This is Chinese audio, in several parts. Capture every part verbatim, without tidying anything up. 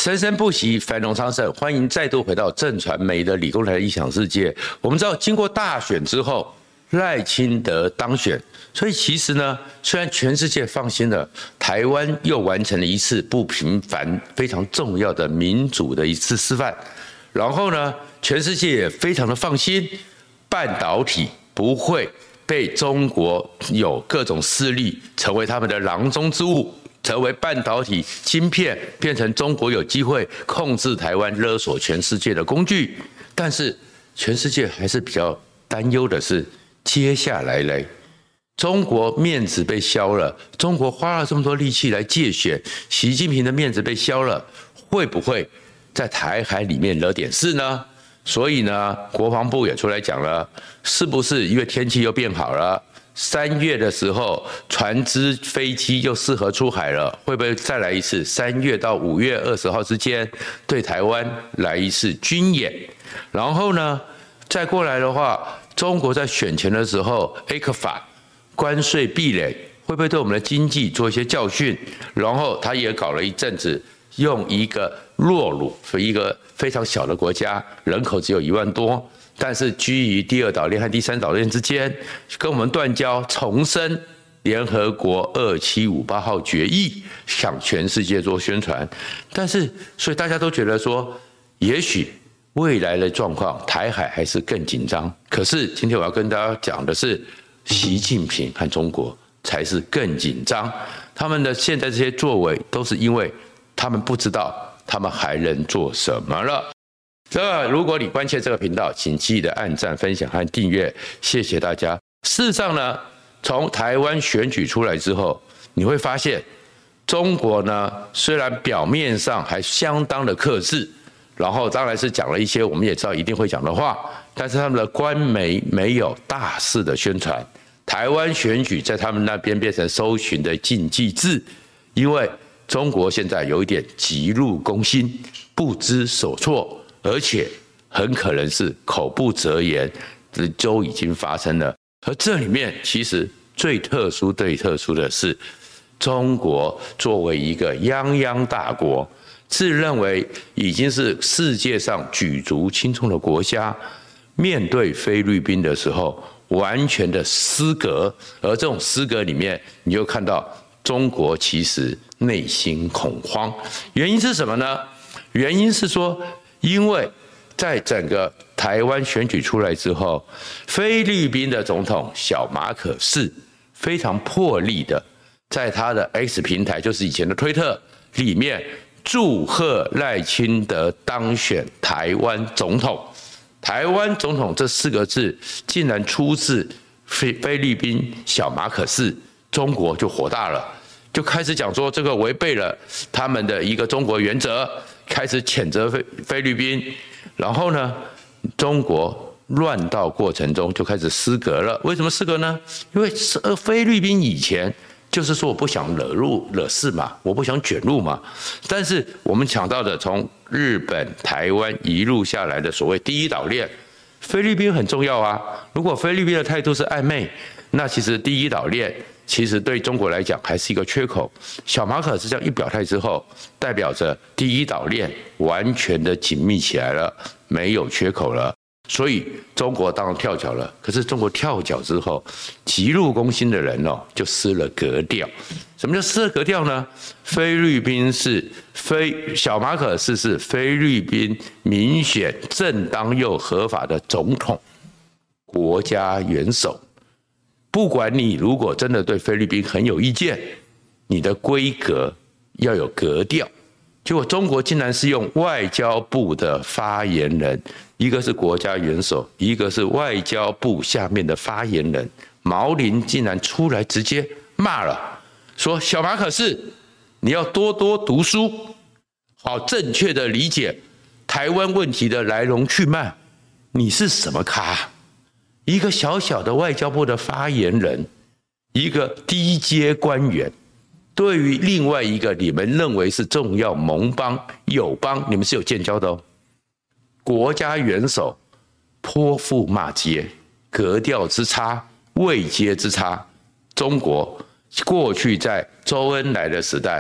生生不息，繁荣昌盛。欢迎再度回到震传媒的理工台的异想世界。我们知道，经过大选之后，赖清德当选，所以其实呢，虽然全世界放心了，台湾又完成了一次不平凡、非常重要的民主的一次示范。然后呢，全世界也非常的放心，半导体不会被中国有各种势力成为他们的囊中之物。成为半导体晶片，变成中国有机会控制台湾、勒索全世界的工具。但是全世界还是比较担忧的是，接下来嘞，中国面子被削了，中国花了这么多力气来介选，习近平的面子被削了，会不会在台海里面惹点事呢？所以呢，国防部也出来讲了，是不是因为天气又变好了？三月的时候，船只、飞机又适合出海了，会不会再来一次？三月到五月二十号之间，对台湾来一次军演。然后呢，再过来的话，中国在选前的时候 ，A 克法关税壁垒会不会对我们的经济做一些教训？然后他也搞了一阵子，用一个落鲁，一个非常小的国家，人口只有一万多。但是居于第二岛链和第三岛链之间，跟我们断交，重申联合国二七五八号决议，向全世界做宣传。但是，所以大家都觉得说，也许未来的状况，台海还是更紧张。可是今天我要跟大家讲的是，习近平和中国才是更紧张。他们的现在这些作为，都是因为他们不知道他们还能做什么了。这如果你关切这个频道，请记得按赞、分享和订阅，谢谢大家。事实上呢，从台湾选举出来之后，你会发现，中国呢虽然表面上还相当的克制，然后当然是讲了一些我们也知道一定会讲的话，但是他们的官媒没有大肆的宣传。台湾选举在他们那边变成搜寻的禁忌字，因为中国现在有一点急入攻心，不知所措。而且很可能是口不择言，都已经发生了。而这里面其实最特殊、最特殊的是，中国作为一个泱泱大国，自认为已经是世界上举足轻重的国家，面对菲律宾的时候，完全的失格。而这种失格里面，你就看到中国其实内心恐慌。原因是什么呢？原因是说，因为在整个台湾选举出来之后，菲律宾的总统小马可仕非常破例的，在他的 X 平台，就是以前的推特里面，祝贺赖清德当选台湾总统。台湾总统这四个字竟然出自菲菲律宾小马可仕，中国就火大了，就开始讲说这个违背了他们的一个中国原则。开始谴责菲菲律宾，然后呢，中国乱到过程中就开始失格了。为什么失格呢？因为菲律宾以前就是说我不想惹入惹事嘛，我不想卷入嘛。但是我们讲到的从日本、台湾一路下来的所谓第一岛链，菲律宾很重要啊。如果菲律宾的态度是暧昧，那其实第一岛链其实对中国来讲还是一个缺口。小马可仕这样一表态之后，代表着第一岛链完全的紧密起来了，没有缺口了。所以中国当然跳脚了。可是中国跳脚之后，急入攻心的人哦，就失了格调。什么叫失了格调呢？菲律宾是菲小马可仕是菲律宾民选正当又合法的总统，国家元首。不管你如果真的对菲律宾很有意见，你的规格要有格调。结果中国竟然是用外交部的发言人，一个是国家元首，一个是外交部下面的发言人，毛林竟然出来直接骂了，说小马可仕，你要多多读书，好正确的理解台湾问题的来龙去脉。你是什么咖？一个小小的外交部的发言人，一个低阶官员，对于另外一个你们认为是重要盟邦友邦，你们是有建交的哦，国家元首泼妇骂街，格调之差，位阶之差。中国过去在周恩来的时代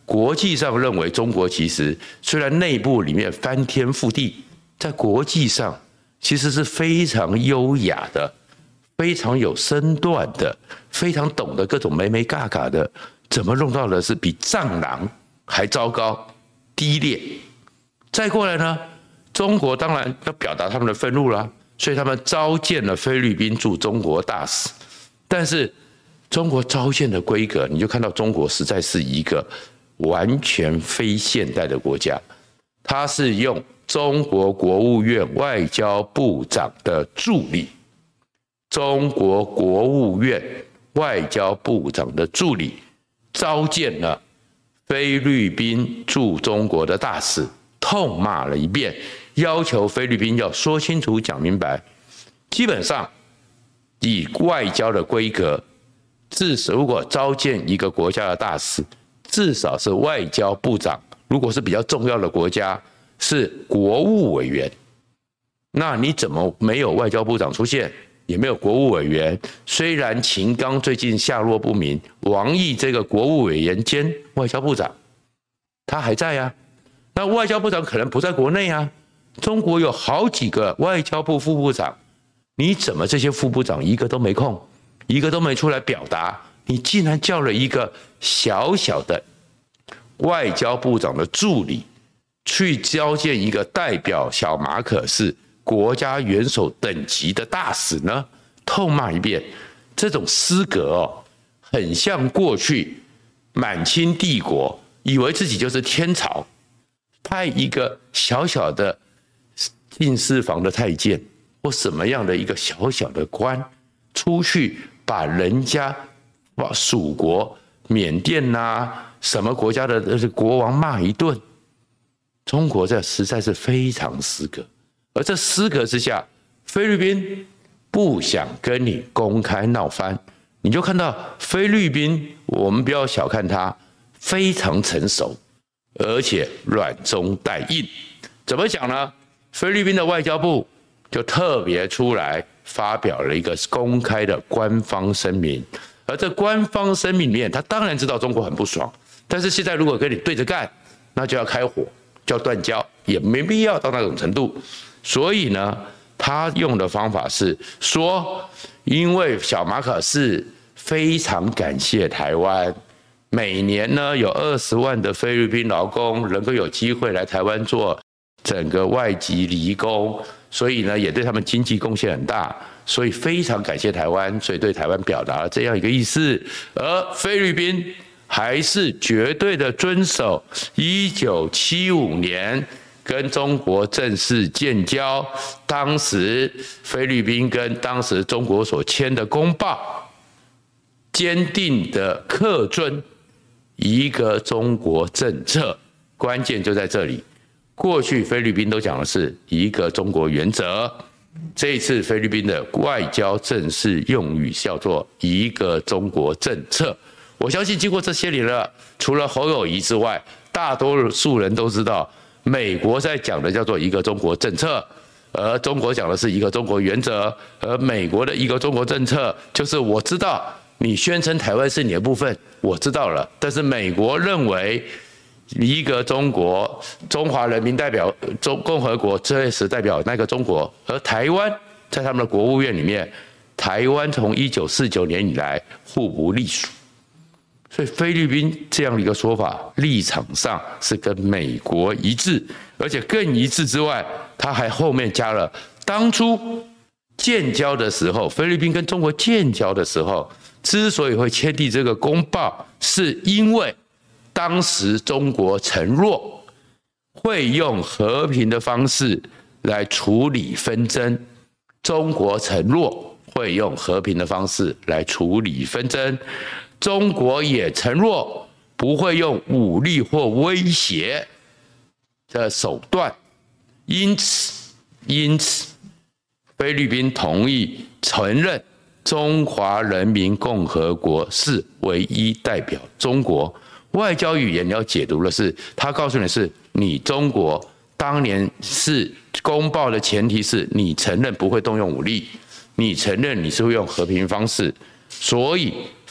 国际上认为中国其实虽然内部里面翻天覆地，在国际上其实是非常优雅的，非常有身段的，非常懂得各种眉眉嘎嘎的，怎么弄到的是比战狼还糟糕低劣？再过来呢，中国当然要表达他们的愤怒啦，所以他们召见了菲律宾驻中国大使。但是中国召见的规格，你就看到中国实在是一个完全非现代的国家，它是用中国国务院外交部长的助理，中国国务院外交部长的助理召见了菲律宾驻中国的大使，痛骂了一遍，要求菲律宾要说清楚讲明白。基本上以外交的规格，至少如果召见一个国家的大使，至少是外交部长，如果是比较重要的国家是国务委员。那你怎么没有外交部长出现，也没有国务委员？虽然秦刚最近下落不明，王毅这个国务委员兼外交部长他还在啊，那外交部长可能不在国内啊，中国有好几个外交部副部长，你怎么这些副部长一个都没空，一个都没出来表达？你竟然叫了一个小小的外交部长的助理去召见一个代表小马可仕国家元首等级的大使呢？痛骂一遍。这种失格哦，很像过去满清帝国以为自己就是天朝，派一个小小的进士房的太监或什么样的一个小小的官出去把人家蜀国缅甸啊什么国家的国王骂一顿。中国这实在是非常失格，而这失格之下，菲律宾不想跟你公开闹翻。你就看到菲律宾，我们不要小看它，非常成熟，而且软中带硬。怎么讲呢？菲律宾的外交部就特别出来发表了一个公开的官方声明，而这官方声明里面，他当然知道中国很不爽，但是现在如果跟你对着干，那就要开火，就要断交，也没必要到那种程度。所以呢，他用的方法是说，因为小马可仕非常感谢台湾，每年呢有二十万的菲律宾劳工能够有机会来台湾做整个外籍移工，所以呢也对他们经济贡献很大，所以非常感谢台湾，所以对台湾表达了这样一个意思。而菲律宾还是绝对的遵守一九七五年跟中国正式建交，当时菲律宾跟当时中国所签的公报，坚定的恪遵一个中国政策。关键就在这里，过去菲律宾都讲的是一个中国原则，这一次菲律宾的外交正式用语叫做一个中国政策。我相信经过这些年了，除了侯友宜之外，大多数人都知道美国在讲的叫做一个中国政策，而中国讲的是一个中国原则，而美国的一个中国政策就是我知道你宣称台湾是你的部分，我知道了，但是美国认为一个中国，中华人民代表中共和国这时代表那个中国，而台湾在他们的国务院里面，台湾从一九四九年以来互不隶属。所以菲律宾这样的一个说法，立场上是跟美国一致，而且更一致之外，他还后面加了当初建交的时候，菲律宾跟中国建交的时候，之所以会签订这个公报，是因为当时中国承诺会用和平的方式来处理纷争，中国承诺会用和平的方式来处理纷争。中国也承诺不会用武力或威胁的手段，因此，因此，菲律宾同意承认中华人民共和国是唯一代表中国。外交语言你要解读的是，他告诉你是你中国当年是公报的前提是你承认不会动用武力，你承认你是会用和平方式，所以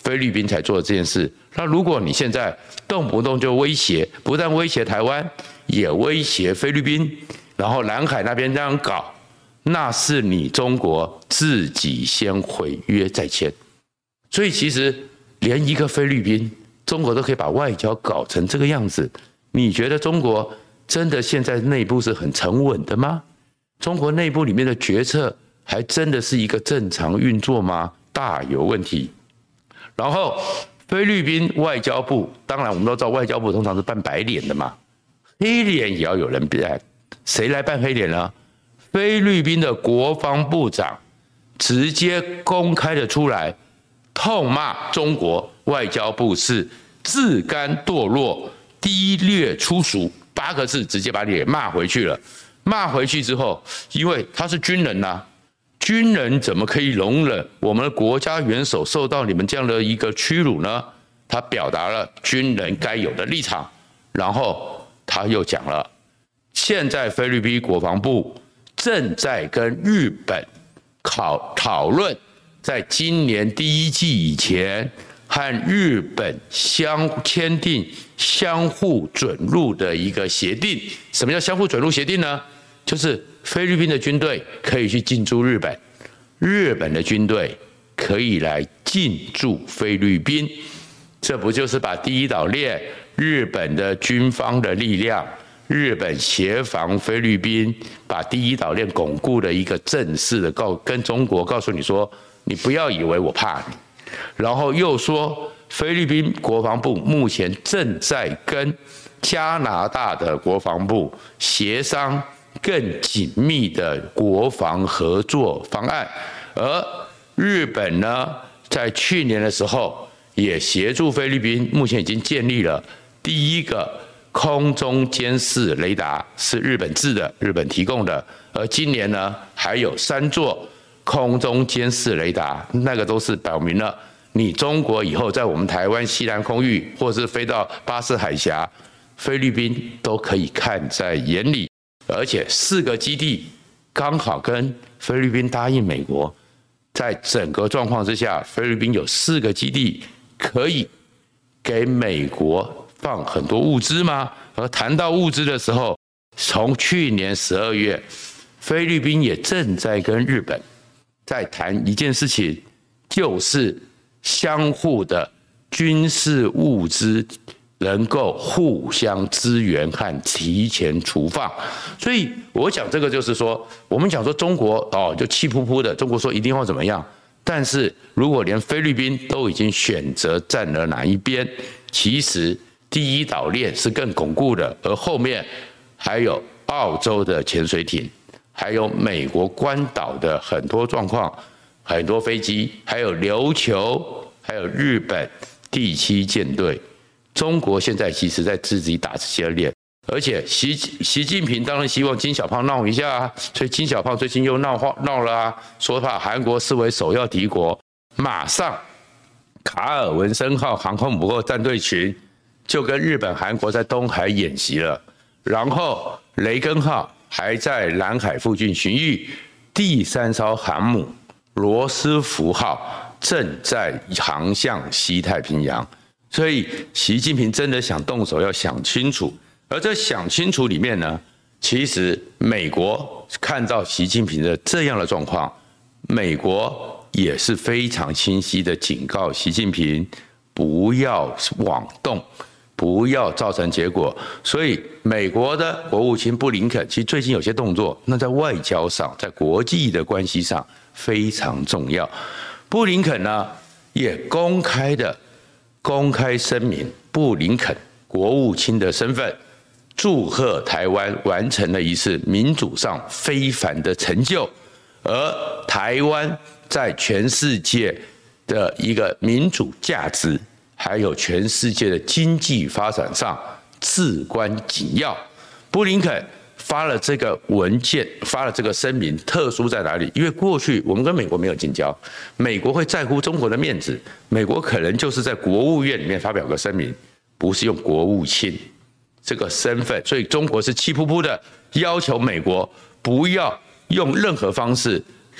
菲律宾才做的这件事。那如果你现在动不动就威胁，不但威胁台湾，也威胁菲律宾，然后南海那边这样搞，那是你中国自己先毁约再签。所以其实连一个菲律宾，中国都可以把外交搞成这个样子，你觉得中国真的现在内部是很沉稳的吗？中国内部里面的决策还真的是一个正常运作吗？大有问题。然后菲律宾外交部，当然我们都知道外交部通常是扮白脸的嘛，黑脸也要有人扮，谁来扮黑脸呢？菲律宾的国防部长直接公开的出来痛骂中国外交部是自甘堕落、低劣粗俗，八个字直接把你给骂回去了。骂回去之后，因为他是军人呐、啊，军人怎么可以容忍我们的国家元首受到你们这样的一个屈辱呢？他表达了军人该有的立场，然后他又讲了，现在菲律宾国防部正在跟日本讨讨论，在今年第一季以前和日本相签订相互准入的一个协定。什么叫相互准入协定呢？就是菲律宾的军队可以去进驻日本，日本的军队可以来进驻菲律宾。这不就是把第一岛链日本的军方的力量，日本协防菲律宾，把第一岛链巩固的一个正式的告跟中国告诉你说，你不要以为我怕你。然后又说，菲律宾国防部目前正在跟加拿大的国防部协商更紧密的国防合作方案，而日本呢，在去年的时候也协助菲律宾，目前已经建立了第一个空中监视雷达，是日本制的，日本提供的。而今年呢，还有三座空中监视雷达，那个都是表明了你中国以后在我们台湾西南空域，或是飞到巴士海峡，菲律宾都可以看在眼里。而且四个基地刚好跟菲律宾答应美国，在整个状况之下，菲律宾有四个基地可以给美国放很多物资吗？而谈到物资的时候，从去年十二月，菲律宾也正在跟日本在谈一件事情，就是相互的军事物资能够互相支援和提前储放。所以我讲这个就是说，我们讲说中国哦就气扑扑的，中国说一定要怎么样，但是如果连菲律宾都已经选择站了哪一边，其实第一岛链是更巩固的，而后面还有澳洲的潜水艇，还有美国关岛的很多状况，很多飞机，还有琉球，还有日本第七舰队。中国现在其实在自己打这些链，而且习习近平当然希望金小胖闹一下啊，所以金小胖最近又闹闹了啊，说把韩国视为首要敌国，马上卡尔文森号航空母舰战队群就跟日本、韩国在东海演习了，然后雷根号还在南海附近巡弋，第三艘航母罗斯福号正在航向西太平洋。所以习近平真的想动手，要想清楚。而这想清楚里面呢，其实美国看到习近平的这样的状况，美国也是非常清晰的警告习近平不要妄动，不要造成结果。所以美国的国务卿布林肯其实最近有些动作，那在外交上，在国际的关系上非常重要。布林肯呢也公开的公开声明，布林肯国务卿的身份祝贺台湾完成了一次民主上非凡的成就，而台湾在全世界的一个民主价值，还有全世界的经济发展上至关紧要。布林肯发了这个文件，发了这个声明，特殊在哪里？因为过去我们跟美国没有建交，美国会在乎中国的面子，美国可能就是在国务院里面发表个声明，不是用国务卿这个身份，所以中国是气扑扑的要求美国不要用任何方式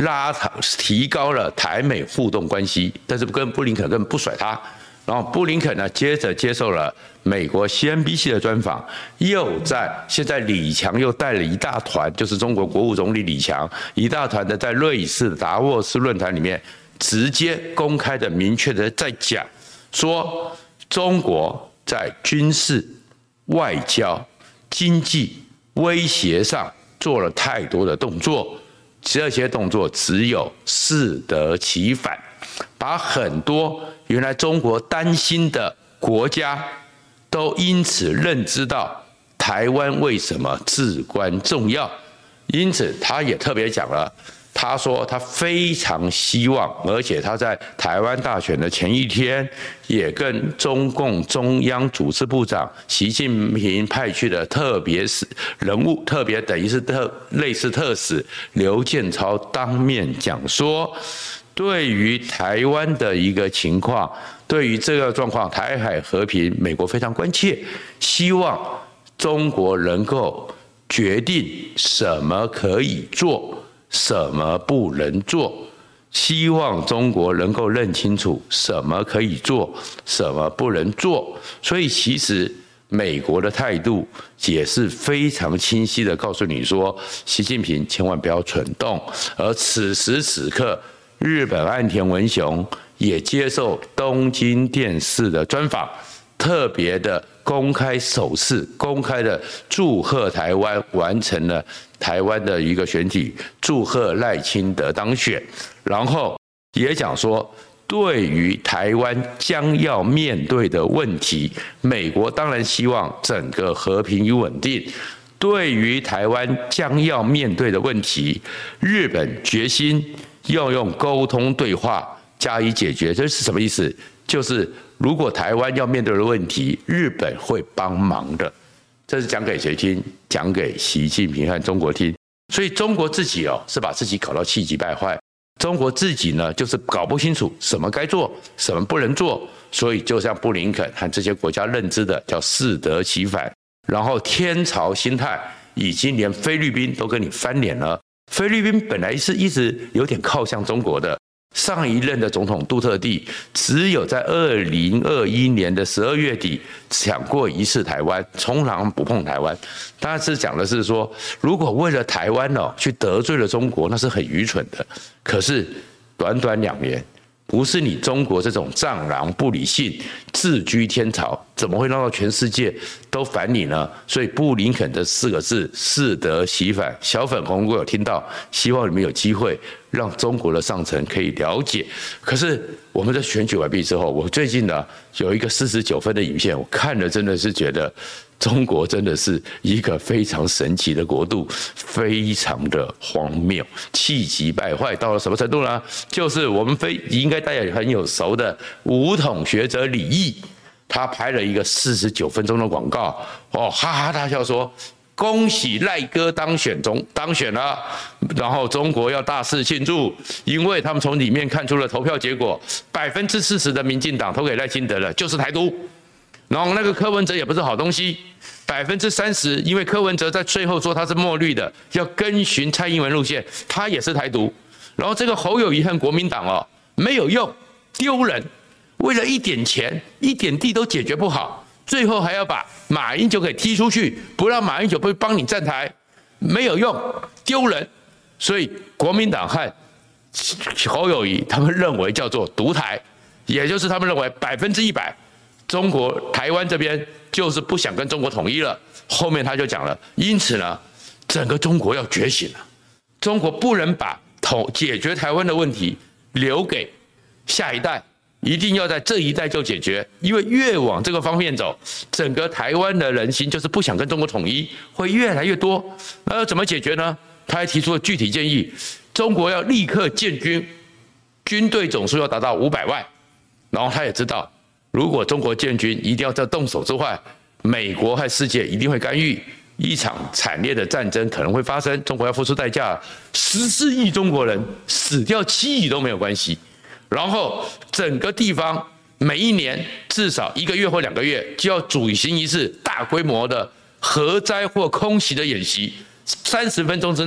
拉提高了台美互动关系，但是跟布林肯根本不甩他。然后布林肯呢，接着接受了美国 C N B C 的专访，又在现在李强又带了一大团，就是中国国务总理李强一大团的在瑞士的达沃斯论坛里面，直接公开的明确的在讲说，中国在军事、外交、经济、威胁上做了太多的动作，这些动作只有适得其反，把很多原来中国担心的国家都因此认知到台湾为什么至关重要。因此他也特别讲了，他说他非常希望，而且他在台湾大选的前一天也跟中共中央组织部长习近平派去的特别使人物，特别等于是特类似特使刘建超当面讲说，对于台湾的一个情况，对于这个状况，台海和平，美国非常关切，希望中国能够决定什么可以做，什么不能做，希望中国能够认清楚什么可以做，什么不能做。所以其实美国的态度也是非常清晰的告诉你说，习近平千万不要蠢动。而此时此刻，日本岸田文雄也接受东京电视的专访，特别的公开首次公开的祝贺台湾完成了台湾的一个选举，祝贺赖清德当选，然后也讲说，对于台湾将要面对的问题，美国当然希望整个和平与稳定。对于台湾将要面对的问题，日本决心要用沟通对话加以解决。这是什么意思？就是如果台湾要面对的问题，日本会帮忙的。这是讲给谁听？讲给习近平和中国听。所以中国自己哦，是把自己搞到气急败坏。中国自己呢，就是搞不清楚什么该做，什么不能做。所以就像布林肯和这些国家认知的，叫适得其反。然后天朝心态，已经连菲律宾都跟你翻脸了。菲律宾本来是一直有点靠向中国的，上一任的总统杜特地只有在二零二一年的十二月底讲过一次台湾，从来不碰台湾。当然是讲的是说，如果为了台湾哦去得罪了中国，那是很愚蠢的。可是短短两年，不是你中国这种战狼不理性、自居天朝，怎么会让到全世界都反你呢？所以布林肯这四个字适得其反。小粉红如果有听到，希望你们有机会让中国的上层可以了解。可是我们在选举完毕之后，我最近呢有一个四十九分的影片，我看了真的是觉得中国真的是一个非常神奇的国度，非常的荒谬，气急败坏到了什么程度呢？就是我们非应该大家也很有熟的武统学者李毅，他拍了一个四十九分钟的广告，哦，哈哈大笑说，恭喜赖哥当选中当选了，然后中国要大肆庆祝，因为他们从里面看出了投票结果，百分之四十的民进党投给赖清德了，就是台独。然后那个柯文哲也不是好东西，百分之三十，因为柯文哲在最后说他是墨绿的，要跟循蔡英文路线，他也是台独。然后这个侯友宜和国民党哦，没有用，丢人，为了一点钱、一点地都解决不好，最后还要把马英九给踢出去，不让马英九不帮你站台，没有用，丢人。所以国民党和侯友宜他们认为叫做独台，也就是他们认为百分之一百。中国台湾这边就是不想跟中国统一了，后面他就讲了，因此呢，整个中国要觉醒了，中国不能把统解决台湾的问题留给下一代，一定要在这一代就解决，因为越往这个方面走，整个台湾的人心就是不想跟中国统一，会越来越多。那要怎么解决呢？他还提出了具体建议，中国要立刻建军，军队总数要达到五百万，然后他也知道，如果中国建军，一定要在动手之外，美国和世界一定会干预，一场惨烈的战争可能会发生，中国要付出代价，十四亿中国人死掉七亿都没有关系。然后整个地方每一年至少一个月或两个月就要举行一次大规模的核灾或空袭的演习，三十分钟之内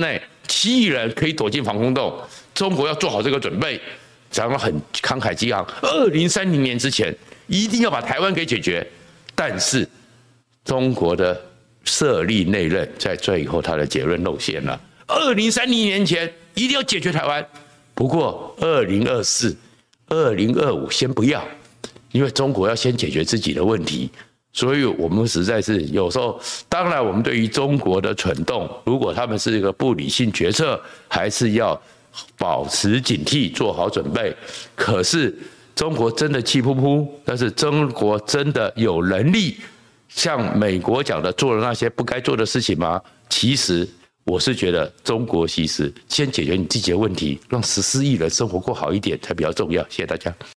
七亿人可以躲进防空洞，中国要做好这个准备，然后很慷慨激昂，二零三零年之前一定要把台湾给解决。但是中国的设立内任，在最后他的结论露馅了，二零三零年前一定要解决台湾，不过二零二四、二零二五先不要，因为中国要先解决自己的问题。所以我们实在是有时候，当然我们对于中国的蠢动，如果他们是一个不理性决策，还是要保持警惕，做好准备。可是中国真的气扑扑，但是中国真的有能力像美国讲的做了那些不该做的事情吗？其实我是觉得中国其实先解决你自己的问题，让十四亿人生活过好一点才比较重要。谢谢大家。